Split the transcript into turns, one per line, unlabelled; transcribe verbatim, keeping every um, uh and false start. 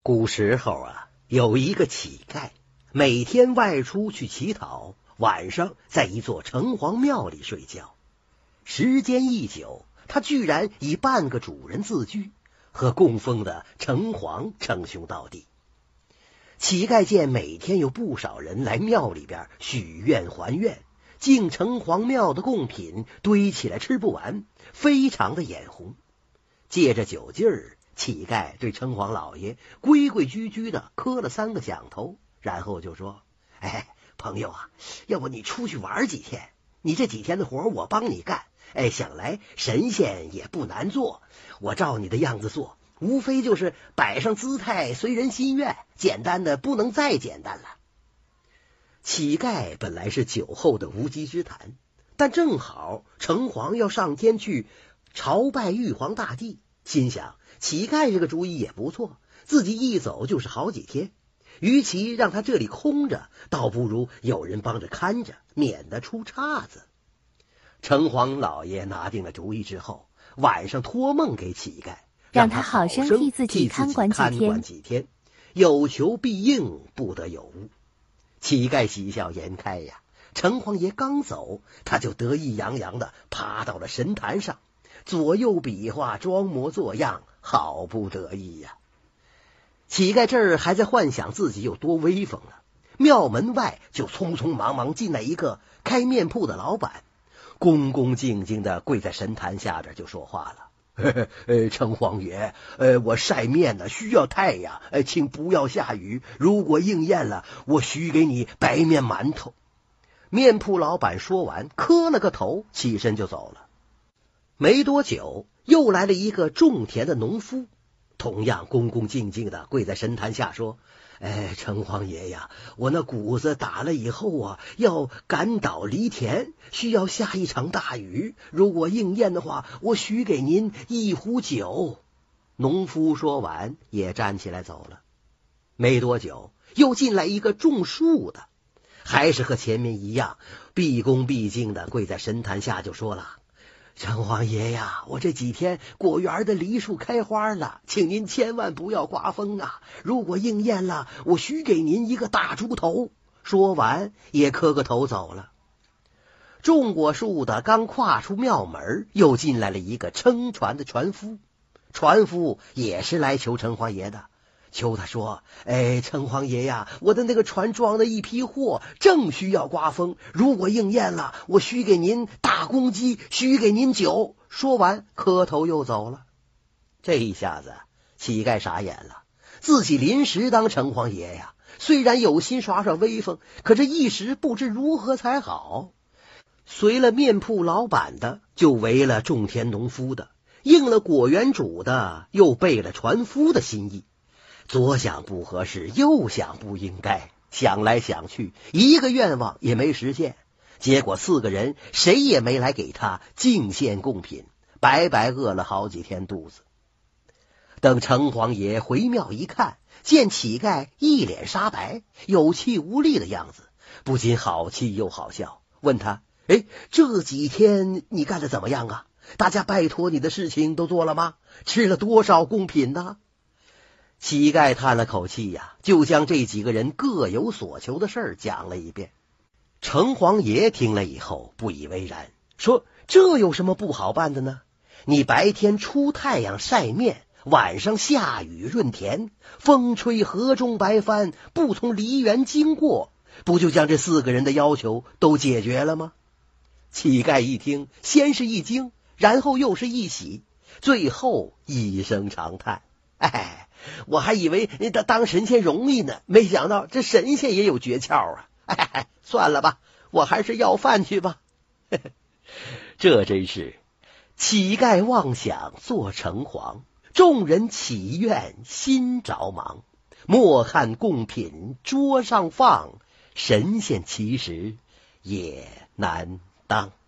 古时候啊，有一个乞丐，每天外出去乞讨，晚上在一座城隍庙里睡觉。时间一久，他居然以半个主人自居，和供奉的城隍称兄道弟。乞丐见每天有不少人来庙里边许愿还愿，敬城隍庙的贡品堆起来吃不完，非常的眼红。借着酒劲儿，乞丐对城隍老爷规规矩矩的磕了三个响头，然后就说：哎，朋友啊，要不你出去玩几天，你这几天的活我帮你干。哎，想来神仙也不难做，我照你的样子做，无非就是摆上姿态随人心愿，简单的不能再简单了。乞丐本来是酒后的无稽之谈，但正好城隍要上天去朝拜玉皇大帝，心想乞丐这个主意也不错，自己一走就是好几天，与其让他这里空着，倒不如有人帮着看着，免得出岔子。城隍老爷拿定了主意之后，晚上托梦给乞丐，
让他好生替自己看管几天，
看管几天，有求必应，不得有误。乞丐喜笑颜开呀，城隍爷刚走，他就得意洋洋的爬到了神坛上，左右比划，装模作样，好不得意呀。乞丐这儿还在幻想自己有多威风呢，庙门外就匆匆忙忙进来一个开面铺的老板，恭恭敬敬的跪在神坛下边就说话了：呃，城隍爷，呃，我晒面呢需要太阳，呃，请不要下雨。如果应验了，我许给你白面馒头。面铺老板说完，磕了个头，起身就走了。没多久，又来了一个种田的农夫，同样恭恭敬敬的跪在神坛下说：哎，城隍爷呀，我那谷子打了以后啊，要赶倒犁田，需要下一场大雨。如果应验的话，我许给您一壶酒。农夫说完，也站起来走了。没多久，又进来一个种树的，还是和前面一样，毕恭毕敬的跪在神坛下就说了：城隍爷呀，我这几天果园的梨树开花了，请您千万不要刮风啊！如果应验了，我许给您一个大猪头。说完，也磕个头走了。种过树的刚跨出庙门，又进来了一个撑船的船夫。船夫也是来求城隍爷的，求他说：哎，城隍爷呀，我的那个船装的一批货正需要刮风，如果应验了，我许给您大公鸡，许给您酒。说完，磕头又走了。这一下子，乞丐傻眼了，自己临时当城隍爷呀，虽然有心耍耍威风，可这一时不知如何才好。随了面铺老板的，就为了种田农夫的，应了果园主的，又背了船夫的心意。左想不合适，右想不应该，想来想去，一个愿望也没实现。结果四个人谁也没来给他敬献贡品，白白饿了好几天肚子。等城隍爷回庙一看，见乞丐一脸煞白，有气无力的样子，不禁好气又好笑，问他：哎，这几天你干得怎么样啊？大家拜托你的事情都做了吗？吃了多少贡品呢？乞丐叹了口气呀，就将这几个人各有所求的事儿讲了一遍。城隍爷听了以后不以为然，说：这有什么不好办的呢？你白天出太阳晒面，晚上下雨润田，风吹河中白帆，不从梨园经过，不就将这四个人的要求都解决了吗？乞丐一听，先是一惊，然后又是一喜，最后一声长叹：哎，我还以为当神仙容易呢，没想到这神仙也有诀窍啊！哎，算了吧，我还是要饭去吧。这真是乞丐妄想做城隍，众人祈愿心着忙。莫看贡品桌上放，神仙其实也难当。